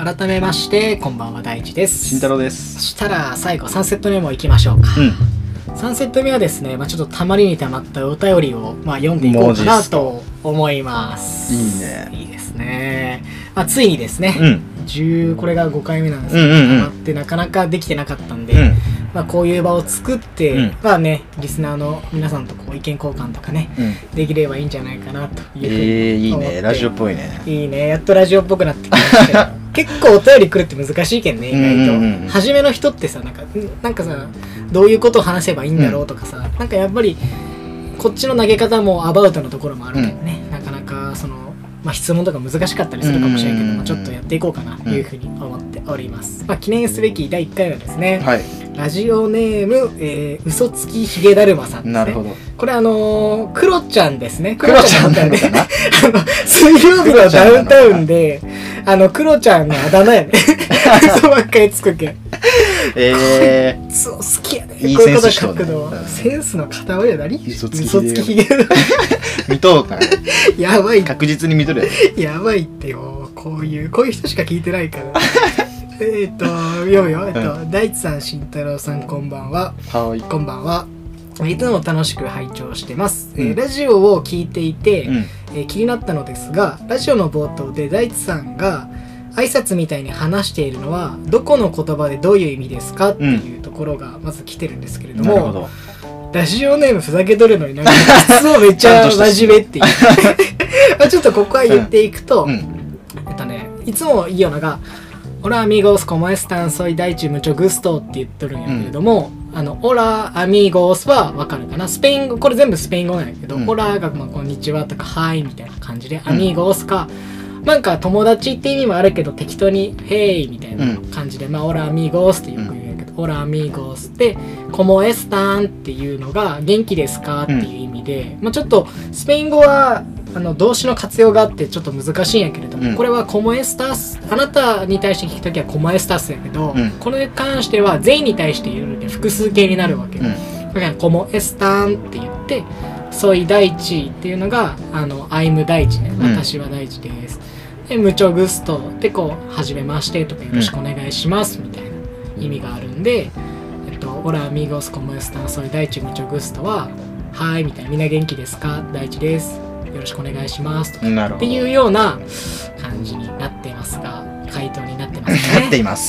改めましてこんばんは、大地です。 慎太郎です。 そしたら最後3セット目も行きましょうか。3セット目はですね、ちょっとたまりにたまったお便りを、読んでいこうかなと思います。 いいね。 いいですね。ついにですね、これが5回目なんですけど、ってなかなかできてなかったんで、こういう場を作って、リスナーの皆さんとこう意見交換とかね、できればいいんじゃないかなというふうに思って。 いいね、ラジオっぽいね。 いいね、やっとラジオっぽくなってきましたけど結構お便り来るって難しいけんね、意外と。初めの人ってさ、なんかさ、どういうことを話せばいいんだろうとかさ、なんかやっぱりこっちの投げ方もアバウトなところもあるけどね、なかなかその質問とか難しかったりするかもしれないけど、ちょっとやっていこうかなというふうに思っております。記念すべき第1回はですね、ラジオネーム、嘘つきひげだるまさんですね。 なるほど。 これクロちゃんですね。クロちゃんだよね。水曜日のダウンタウンで、クロちゃんのあだ名やね。嘘ばっかりつくけん。そう好きやね。 いいセンスしとるね。 センスの片割れは何？ 嘘つきひげ。見とうから。 やばい。 確実に見とるややばいってよ。こういう人しか聞いてないから。読むよ。大地さん、慎太郎さん、こんばんは。 はい。 こんばんは。いつも楽しく拝聴してます。ラジオを聞いていて、気になったのですが、ラジオの冒頭で大地さんが挨拶みたいに話しているのはどこの言葉でどういう意味ですかっていうところがまず来てるんですけれども、 なるほど。 ラジオネームふざけとるのに質問めっちゃ真面目っていうちょっとここは言っていくと、いつもいいよながオラアミーゴスコモエスタンソイ大地ムチョグストって言っとるんやけれども、オラアミーゴスはわかるかな。スペイン語、これ全部スペイン語なんやけど、オラがこんにちはとかはいみたいな感じで、アミーゴスかなんか友達って意味もあるけど適当にヘイみたいな感じで、オラアミーゴスってよく言うんやけど、オラアミーゴスでコモエスタンっていうのが元気ですかっていう意味で、ちょっとスペイン語は動詞の活用があってちょっと難しいんやけれども、これはコモエスタス、あなたに対して聞くときはコモエスタスやけど、これに関しては全員に対して言うので複数形になるわけ、だからコモエスタンって言ってソイ大地っていうのがアイム大地ね、私は大地です、でムチョグストでこうはじめましてとかよろしくお願いしますみたいな意味があるんで、オラアミーゴスコモエスタンソイ大地ムチョグストははいみたいな、みんな元気ですか、大地ですよろしくお願いしますとかっていうような感じになっていますが、回答になってますね。 なっています。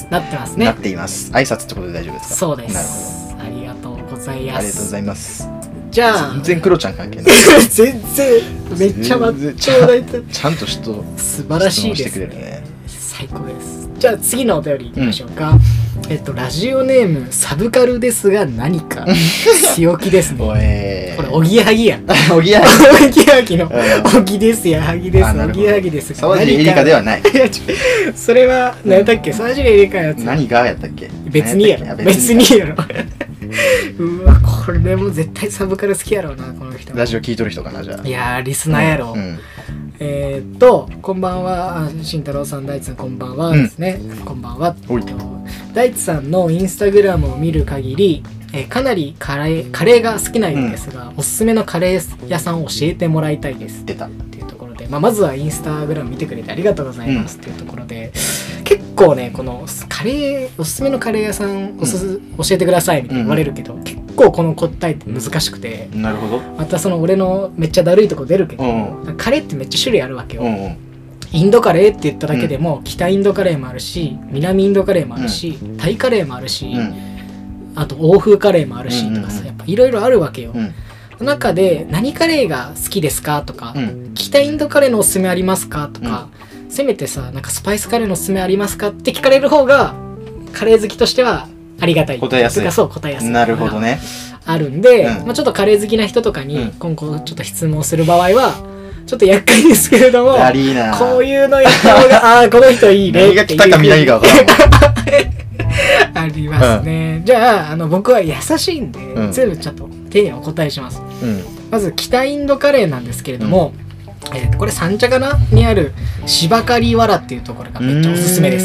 なってますね。 なっています。挨拶ってことで大丈夫ですか？ そうです。 なるほど。 ありがとうございます。 ありがとうございます。 じゃあ全然クロちゃん関係ない。 全然めっちゃ待ってちょうだいと。 ちゃんと素晴らしいですね。最高です。じゃあ次のお便りいきましょうか。ラジオネームサブカルですが何か強気ですね。これおぎやはぎや。 おぎやはぎ。 おぎやはぎのおぎですやはぎです。おぎやはぎですが沢尻エリカではない。 それは何だっけ？沢尻エリカのやつ。 何がやったっけ？ 別にやろ。別にやろ。うわ、これも絶対サブカル好きやろうな、この人。 ラジオ聞いとる人かな、じゃあ。 いやー、リスナーやろ。こんばんは、慎太郎さん、大地さん、こんばんはですね。こんばんは。大地さんのインスタグラムを見る限り、かなりカレーが好きなようですが、おすすめのカレー屋さんを教えてもらいたいです。 出た。 っていうところで、まずはインスタグラム見てくれてありがとうございますっていうところで、結構ね、このおすすめのカレー屋さん教えてくださいみたいに言われるけど、結構この答えって難しくて、 なるほど。 またその俺のめっちゃだるいとこ出るけど、カレーってめっちゃ種類あるわけよ。インドカレーって言っただけでも、北インドカレーもあるし、南インドカレーもあるし、タイカレーもあるし、あと欧風カレーもあるしとかさ、やっぱいろいろあるわけよ。中で何カレーが好きですかとか、北インドカレーのおすすめありますかとか、せめてさ、なんかスパイスカレーのおすすめありますかって聞かれる方がカレー好きとしてはありがたい。 答えやすい。 そう、答えやすい。 なるほどね。 あるんで、ちょっとカレー好きな人とかに今後ちょっと質問する場合はちょっと厄介ですけれども、こういうのやった方がこの人いいねっていう。何が来たか南が分からん。 ありますね。じゃあ、僕は優しいんで、全部ちょっと丁寧にお答えします。まず北インドカレーなんですけれども、これ三茶かなにある芝刈りわらっていうところがめっちゃおすすめです。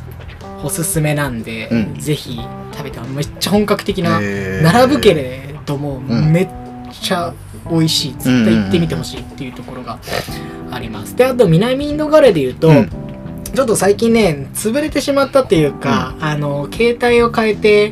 おすすめなんで、ぜひ食べてめっちゃ本格的な、並ぶけれどもめっちゃ美味しい。絶対行ってみてほしいっていうところがあります。で、あと南インドカレーでいうと、 ちょっと最近ね潰れてしまったっていうか、携帯を変えて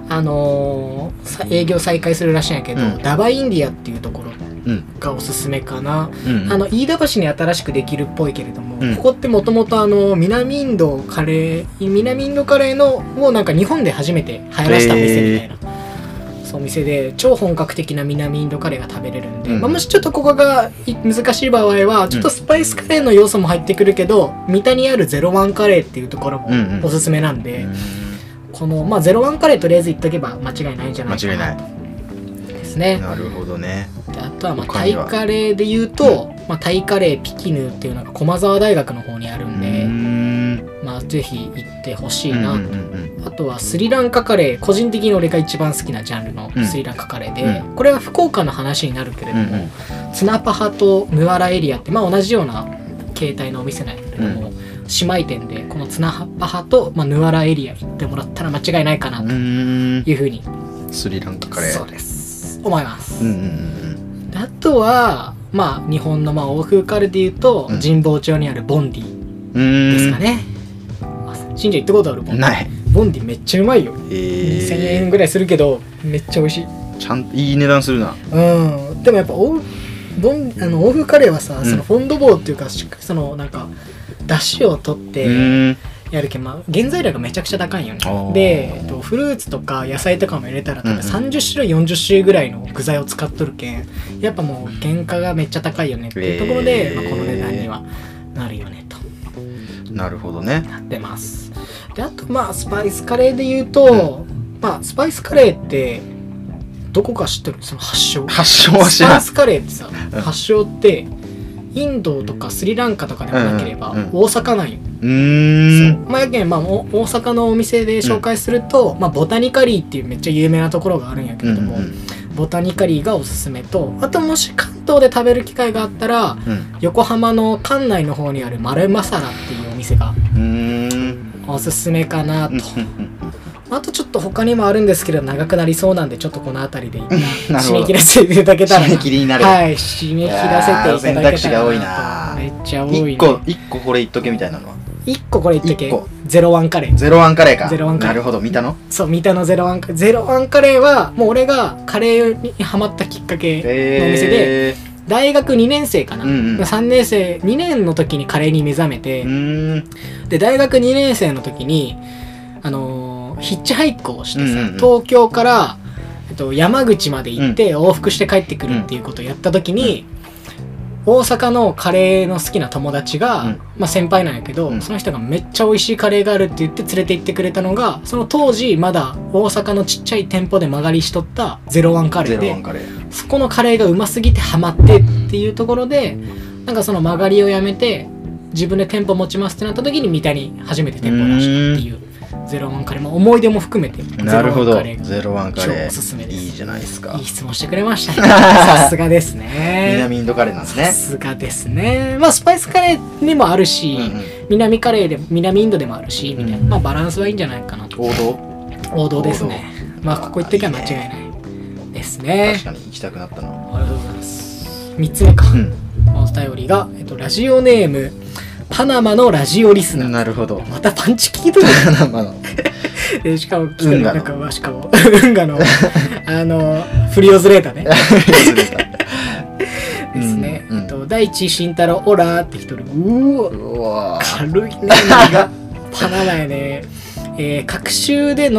営業再開するらしいんやけど、ダバインディアっていうところがおすすめかな。飯田橋に新しくできるっぽいけれども、ここってもともと南インドカレーのもうなんか日本で初めて流行らせた店みたいな、そう店で超本格的な南インドカレーが食べれるんで、もしちょっとここが難しい場合はちょっとスパイスカレーの要素も入ってくるけど、三田にある01カレーっていうところもおすすめなんで、この01カレーとりあえず言っとけば間違いないんじゃないかな。 間違いないですね。 なるほどね。 であとはタイカレーで言うと、タイカレーピキヌーっていうのが駒澤大学の方にあるんで、ぜひ行ってほしいなと。あとはスリランカカレー、個人的に俺が一番好きなジャンルのスリランカカレーで、これは福岡の話になるけれども、ツナパハとヌアラエリアって同じような形態のお店なんやけれども、姉妹店でこのツナパハと、ヌアラエリア行ってもらったら間違いないかなというふうにスリランカカレーそうです思います。あとは日本の欧風カレーでいうと、神保町にあるボンディですかね。しんちゃん行ったことある？ ない。 ボンディめっちゃうまいよ。2000円ぐらいするけどめっちゃ美味しい。 ちゃんといい値段するな。 でもやっぱ欧風カレーはさ、そのフォンドボーっていうかそのなんか出汁を取ってやるけど、原材料がめちゃくちゃ高いよね。で、フルーツとか野菜とかも入れたら多分30種類40種類ぐらいの具材を使っとるけん、やっぱもう原価がめっちゃ高いよねっていうところで、この値段にはなるよねと。 なるほどね。 なってます。であとスパイスカレーで言うと、スパイスカレーってどこか知ってる？その発祥は知らん。スパイスカレーってさ、発祥ってインドとかスリランカとかでもなければ大阪なんよ。やけん大阪のお店で紹介すると、ボタニカリーっていうめっちゃ有名なところがあるんやけれども、ボタニカリーがおすすめと、あともし関東で食べる機会があったら、横浜の関内の方にある丸マサラっていうお店がおすすめかなと。あとちょっと他にもあるんですけど長くなりそうなんで、ちょっとこの辺りで一旦締め切らせていただけたら締め切りになる。 はい、締め切らせていただけたらなと。 選択肢が多いな。 めっちゃ多いね。 1個これ言っとけみたいなのは 1個これ言っとけ。01カレー。 01カレーか。 01カレー。 なるほど。三田の？ そう、三田の01カレー。01カレーはもう俺がカレーにハマったきっかけのお店で、大学2年生かな、3年生2年の時にカレーに目覚めて、で大学2年生の時にヒッチハイクをしてさ、東京から、山口まで行って往復して帰ってくるっていうことをやった時に、大阪のカレーの好きな友達が、先輩なんやけど、その人がめっちゃ美味しいカレーがあるって言って連れて行ってくれたのが、その当時まだ大阪のちっちゃい店舗で間借りしとった01カレーで、そこのカレーがうますぎてハマってっていうところで、なんかその間借りをやめて自分で店舗持ちますってなった時に三田に初めて店舗を出したっていう01カレー、思い出も含めて 01カレー超おすすめです。 いいじゃないですか。 いい質問してくれましたね。さすがですね。 南インドカレーなんですね。 さすがですね。スパイスカレーにもあるし、南カレーで南インドでもあるしみたいな、バランスはいいんじゃないかなと。王道ですね。ここ行ってきゃ間違いないですね。 確かに行きたくなったな。 ありがとうございます。3つ目か、お便りが、ラジオネームパナマのラジオリスナー。 なるほど。 またパンチ聞いとる。 パナマのしかも来てる、なんかしかも運河のフリオズレータね。ですね。大地慎太郎オラーって来とる。うわ軽いね。パナマやね。各週で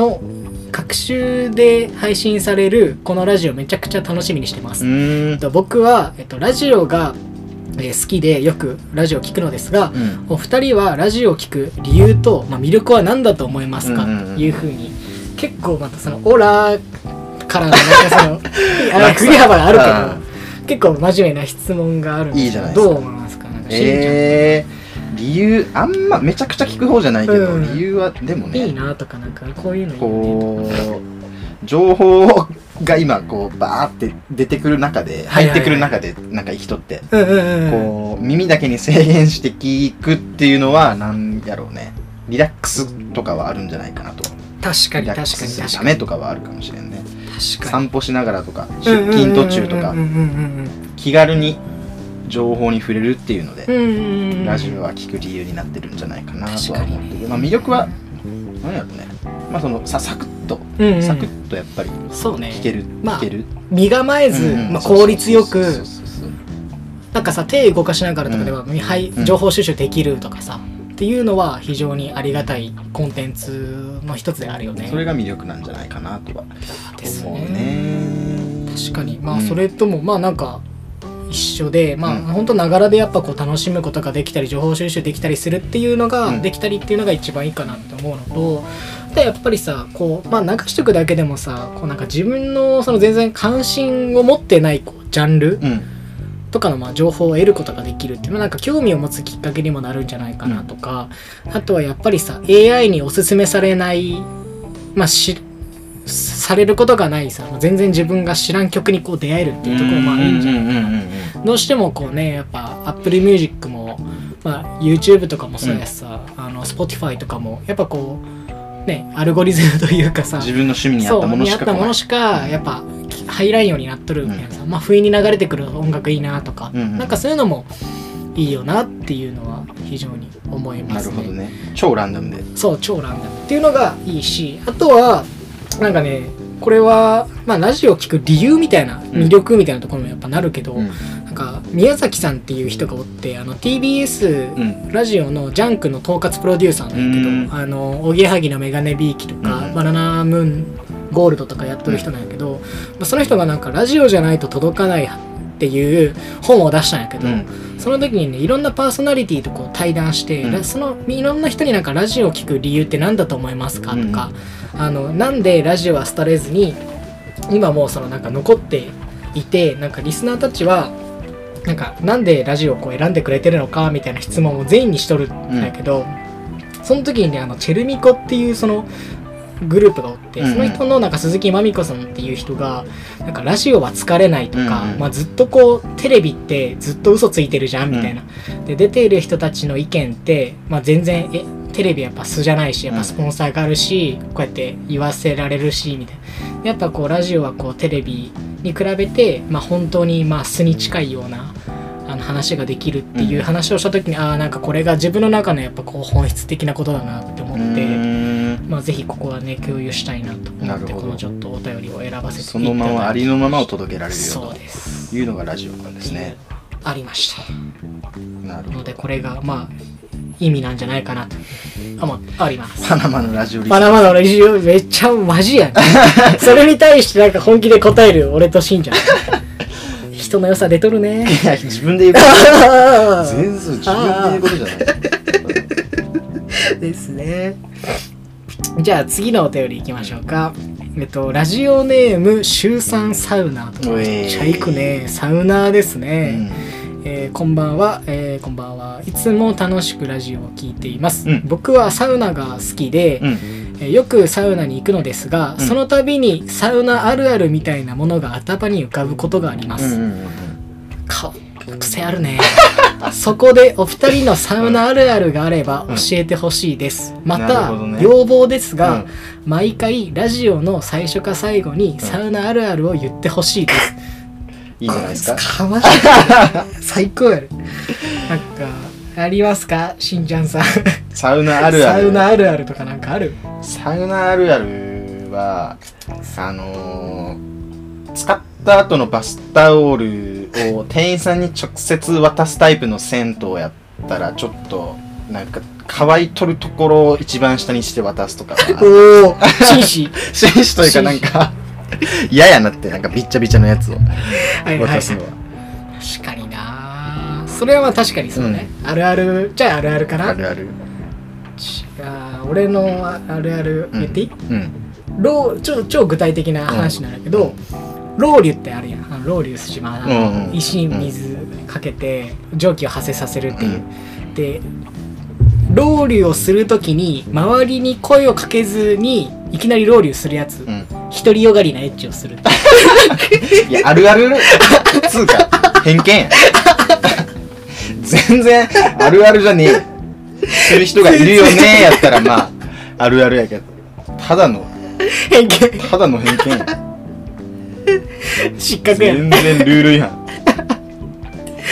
配信されるこのラジオめちゃくちゃ楽しみにしてます。僕は、ラジオが好きでよくラジオを聞くのですが、お二人はラジオを聞く理由と、魅力は何だと思いますか、というふうに結構またそのオラからのなんかその振り幅があるけど結構真面目な質問があるんですけど、どう思いますか？なんか理由あんまめちゃくちゃ聞く方じゃないけど、理由はでもね、 いいなとかなんかこういうのいいね、 情報が今こうバーって出てくる中で入ってくる中でなんか人ってこう耳だけに制限して聞くっていうのはなんやろうね、リラックスとかはあるんじゃないかなと。 確かにリラックスするためとかはあるかもしれんね。 確かに散歩しながらとか出勤途中とか気軽に情報に触れるっていうので、ラジオは聞く理由になってるんじゃないかなとは思ってる。まあ魅力は何やろね。まあそのサクッとサクッとやっぱり聞ける、聞ける。 身構えず、まあ効率よく。なんかさ手動かしながらとかでは、情報収集できるとかさっていうのは非常にありがたいコンテンツの一つであるよね。 それが魅力なんじゃないかなとは思うね。 確かにまあそれともまあなんか一緒で、まあ本当ながらでやっぱこう楽しむことができたり情報収集できたりするっていうのが、できたりっていうのが一番いいかなって思うのと、でやっぱりさこうまあ流しとくだけでもさこうなんか自分のその全然関心を持ってないこうジャンル、とかのまあ情報を得ることができるっていうのはなんか興味を持つきっかけにもなるんじゃないかなとか、あとはやっぱりさ AI におすすめされないまあされることがないさ全然自分が知らん曲にこう出会えるっていうところもあるんじゃないかな。どうしてもこうねやっぱ Apple Music も、まあ、YouTube とかもそうやしさ、Spotify とかもやっぱこうねアルゴリズムというかさ自分の趣味に合ったものしかやっぱ入らんようになっとるみたいなさ、まあ不意に流れてくる音楽いいなとか、なんかそういうのもいいよなっていうのは非常に思いますね。 なるほどね。超ランダムで。 そう超ランダムっていうのがいいし、あとはなんかねこれはまあラジオを聞く理由みたいな魅力みたいなところもやっぱなるけど、なんか宮崎さんっていう人がおってTBS、ラジオのジャンクの統括プロデューサーなんやけど、おぎやはぎのメガネビーキとか、バナナムーンゴールドとかやってる人なんやけど、その人がなんかラジオじゃないと届かないっていう本を出したんやけど、その時にねいろんなパーソナリティとこう対談して、そのいろんな人になんかラジオを聞く理由って何だと思いますかとか、なんでラジオは廃れずに今もうそのなんか残っていて、なんかリスナーたちはなんでラジオをこう選んでくれてるのかみたいな質問を全員にしとるんだけど、その時にねチェルミコっていうそのグループがおって、その人のなんか鈴木まみこさんっていう人がなんかラジオは疲れないとか、まあずっとこうテレビってずっと嘘ついてるじゃんみたいな、で出ている人たちの意見ってまあ全然テレビやっぱ素じゃないし、やっぱスポンサーがあるし、こうやって言わせられるしみたいな、やっぱこうラジオはこうテレビに比べてまあ本当にまあ素に近いような話ができるっていう話をした時に、なんかこれが自分の中のやっぱこう本質的なことだなって思って、まあぜひここはね共有したいなと思ってこのちょっとお便りを選ばせていただいて、 そのままありのままを届けられるよそうですというのがラジオなんですね。 ありました。 なるほど。 のでこれがまあ意味なんじゃないかなとあります。 パナマのラジオリスパナマのラジオめっちゃマジやんそれに対してなんか本気で答える俺としんちゃん人の良さ出とるね。 いや自分で言うこと全然自分で言うことじゃないですね。じゃあ次のお便りいきましょうか。ラジオネーム週3サウナとめっちゃ行くね。サウナーですね。こんばんは、こんばんは。いつも楽しくラジオを聞いています。僕はサウナが好きで、よくサウナに行くのですが、その度にサウナあるあるみたいなものが頭に浮かぶことがあります。癖あるねそこでお二人のサウナあるあるがあれば教えてほしいです。また、要望ですが、毎回ラジオの最初か最後にサウナあるあるを言ってほしいです。 いいじゃないですか。 かましい最高やる。なんかありますかしんちゃんさんサウナあるある。 サウナあるあるとかなんかある？ サウナあるあるは使った後のバスタオルを店員さんに直接渡すタイプの銭湯やったらちょっとなんか乾いとるところを一番下にして渡すとかおお紳士紳士というかなんか嫌やなって、なんかビッチャビチャのやつを渡すのは、 確かにな。それはまあ確かにそうね、あるあるじゃああるあるかな。 あるある。 俺のあるある言っていい？超具体的な話なんだけど、ロウリュってあるやん。ロウリュしま石に水かけて蒸気を発生させるっていう、でロウリュをするときに周りに声をかけずにいきなりロウリュするやつ、独りよがりなエッチをするいやあるあるつうか偏見や全然あるあるじゃねえ。する人がいるよねやったらまああるあるやけど、ただの偏見や。 失格や。 全然ルール違反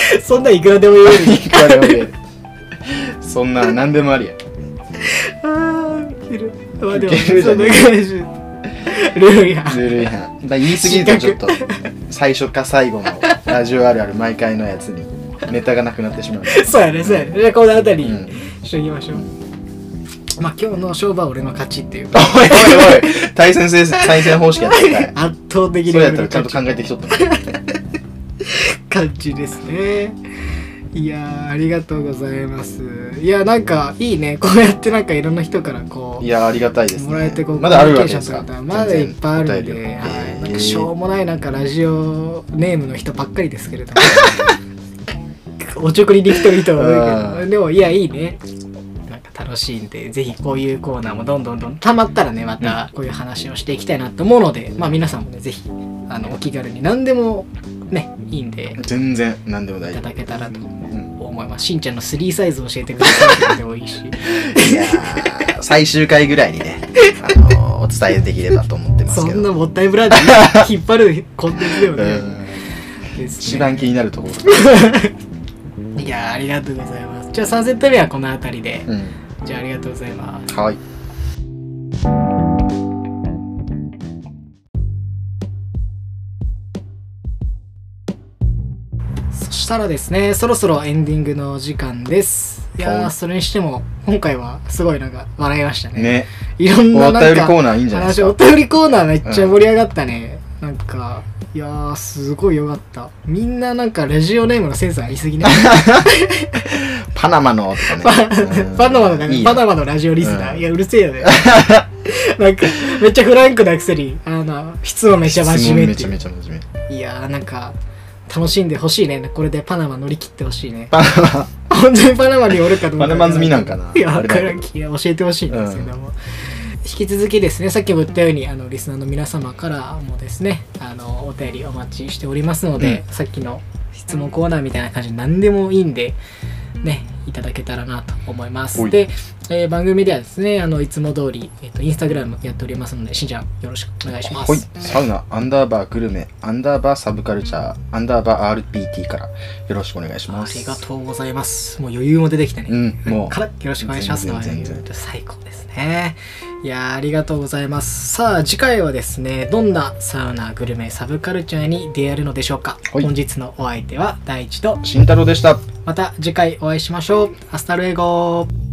そんなんいくらでも言える。 いくらでも言える。そんな何でもありや。 ああ、ウケる。まあでも、 ウケるじゃねえそんな感じ。ルールや。 ルール違反。だ言い過ぎるとちょっと最初か最後のラジオあるある毎回のやつにネタがなくなってしまう。 そうやね、そうやね。じゃあこの辺りうんにしときましょう。まあ今日の勝負は俺の勝ちっていう。 おいおいおい、対戦方式やったら圧倒的にそれやった俺の勝ちらちゃんと考えてきとったもん。 感じですね。いやー、ありがとうございます。いや、なんかいいね、こうやってなんかいろんな人からこういやありがたいですね。 もらえて、こうまだあるわけですか。 まだいっぱいあるんで、 全然はい、なんかしょうもないなんかラジオネームの人ばっかりですけれどもおちょくりに来てる人は多いけど、でもいやいいね、なんか楽しいんで、ぜひこういうコーナーもどんどんたまったらね、またこういう話をしていきたいなと思うので、まあ皆さんもね、ぜひお気軽に何でもねいいんで全然何でも大いた丈夫。 だけたらとうん思います。しんちゃんの3サイズ教えてくださいってでもいいしいやー最終回ぐらいにね、お伝えできればと思ってますけど。 そんなもったいぶらで引っ張るコンテンツでもね、ですね一番気になるところ。 いやー、ありがとうございます。じゃあ3セット目はこの辺りで、 うん。 じゃあありがとうございます。 はい。 そしたらですね、そろそろエンディングの時間です。いやー、それにしても今回はすごいなんか笑いましたね。 ね。 いろんななんかお便りコーナーいいんじゃないですか。 お便りコーナーめっちゃ盛り上がったね。なんかいやー、すごいよかった。みんななんかラジオネームのセンスありすぎない？ パナマのとかね。 パナマのいいよパナマのラジオリスナー、 うんいやうるせえよね。なんかめっちゃフランクなくせに質問めっちゃ真面目っていう。 めちゃめちゃ真面目。 いやー、なんか楽しんでほしいね。これでパナマ乗り切ってほしいね。 パナマ本当にパナマにおるかどうか。 パナマ済みなんかな。 いや、 あれだけどいや教えてほしいんですけども、引き続きですね、さっきも言ったようにリスナーの皆様からもですね、お便りお待ちしておりますので、さっきの質問コーナーみたいな感じで何でもいいんでね、いただけたらなと思います。で、番組ではですね、いつも通り、インスタグラムやっておりますので、しんちゃんよろしくお願いします。 はい、サウナアンダーバーグルメアンダーバーサブカルチャーアンダーバー RPT からよろしくお願いします。 ありがとうございます。もう余裕も出てきてね。 もうからよろしくお願いします。 全然最高ですね。いやー、ありがとうございます。さあ次回はですね、どんなサウナグルメサブカルチャーに出会えるのでしょうか。 はい、 本日のお相手は大地と慎太郎でした。 また次回お会いしましょう。アスタルエゴー。